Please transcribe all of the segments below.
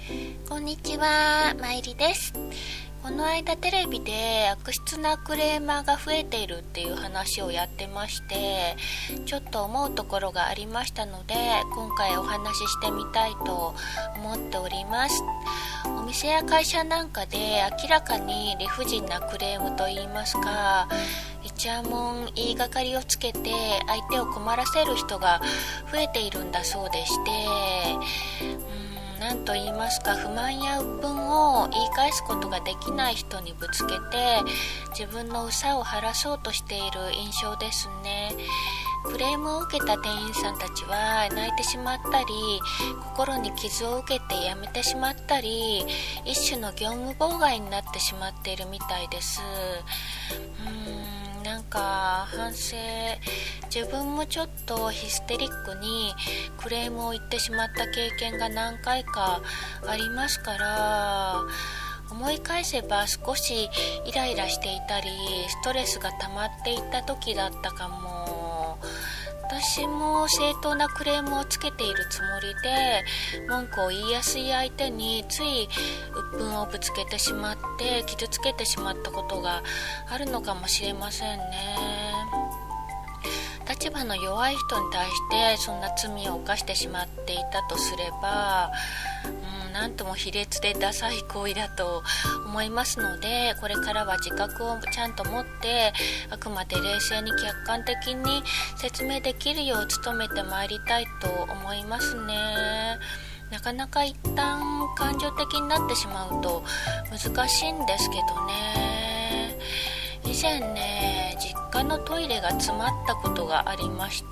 こんにちは、まいりです。この間テレビで悪質なクレーマーが増えているっていう話をやってまして、ちょっと思うところがありましたので、今回お話ししてみたいと思っております。お店や会社なんかで明らかに理不尽なクレームといいますか、イチャモン言いがかりをつけて相手を困らせる人が増えているんだそうでして、なんと言いますか、不満や鬱憤を言い返すことができない人にぶつけて自分の憂さを晴らそうとしている印象ですね。クレームを受けた店員さんたちは泣いてしまったり、心に傷を受けて辞めてしまったり、一種の業務妨害になってしまっているみたいです。なんか反省、自分もちょっとヒステリックにクレームを言ってしまった経験が何回かありますから、思い返せば少しイライラしていたりストレスが溜まっていた時だったかも。私も正当なクレームをつけているつもりで文句を言いやすい相手につい鬱憤をぶつけてしまって傷つけてしまったことがあるのかもしれませんね。立場の弱い人に対してそんな罪を犯してしまっていたとすれば、なんとも卑劣でダサい行為だと思いますので、これからは自覚をちゃんと持ってあくまで冷静に客観的に説明できるよう努めてまいりたいと思いますね。なかなか一旦感情的になってしまうと難しいんですけどね。以前ね、実家のトイレが詰まったことがありまして、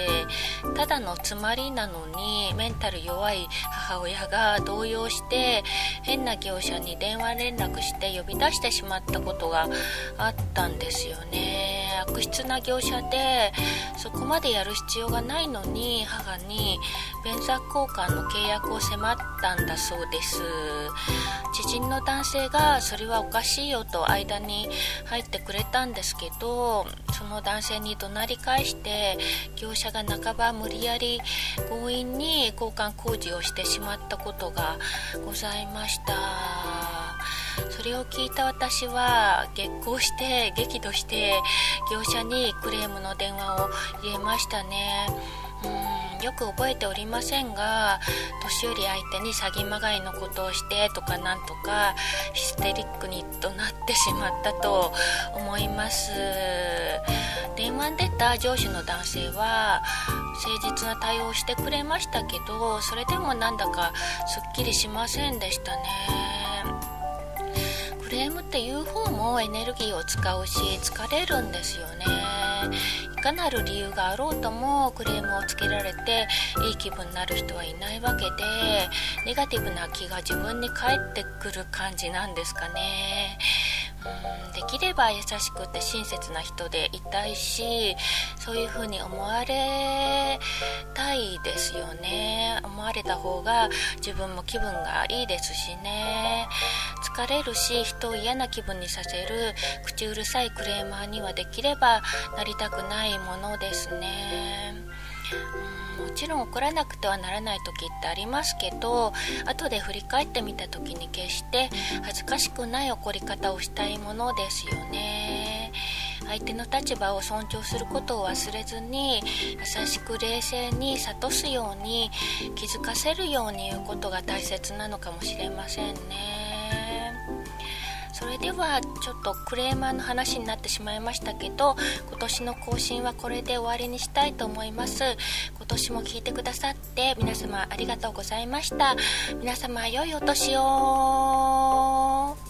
ただの詰まりなのにメンタル弱い母親が動揺して変な業者に電話連絡して呼び出してしまったことがあったんですよね。悪質な業者でそこまでやる必要がないのに母に便座交換の契約を迫ったんだそうです。知人の男性がそれはおかしいよと間に入ってくれたんですけど、その男性に怒鳴り返して業者が半ば無理やり強引に交換工事をしてしまったことがございました。それを聞いた私は激怒して業者にクレームの電話を入れましたね。よく覚えておりませんが、年寄り相手に詐欺まがいのことをしてとかなんとかヒステリックに怒鳴ってしまったと思います。電話に出た上司の男性は誠実な対応をしてくれましたけど、それでもなんだかすっきりしませんでしたね。クレームって言う方もエネルギーを使うし疲れるんですよね。いかなる理由があろうともクレームをつけられていい気分になる人はいないわけで、ネガティブな気が自分に返ってくる感じなんですかね。できれば優しくて親切な人でいたいし、そういう風に思われたいですよね。思われた方が自分も気分がいいですしね。疲れるし人を嫌な気分にさせる口うるさいクレーマーにはできればなりたくないものですね。もちろん怒らなくてはならない時ってありますけど、後で振り返ってみた時に決して恥ずかしくない怒り方をしたいものですよね。相手の立場を尊重することを忘れずに優しく冷静に諭すように気づかせるように言うことが大切なのかもしれませんね。それではちょっとクレーマーの話になってしまいましたけど、今年の更新はこれで終わりにしたいと思います。今年も聞いてくださって皆様ありがとうございました。皆様良いお年を。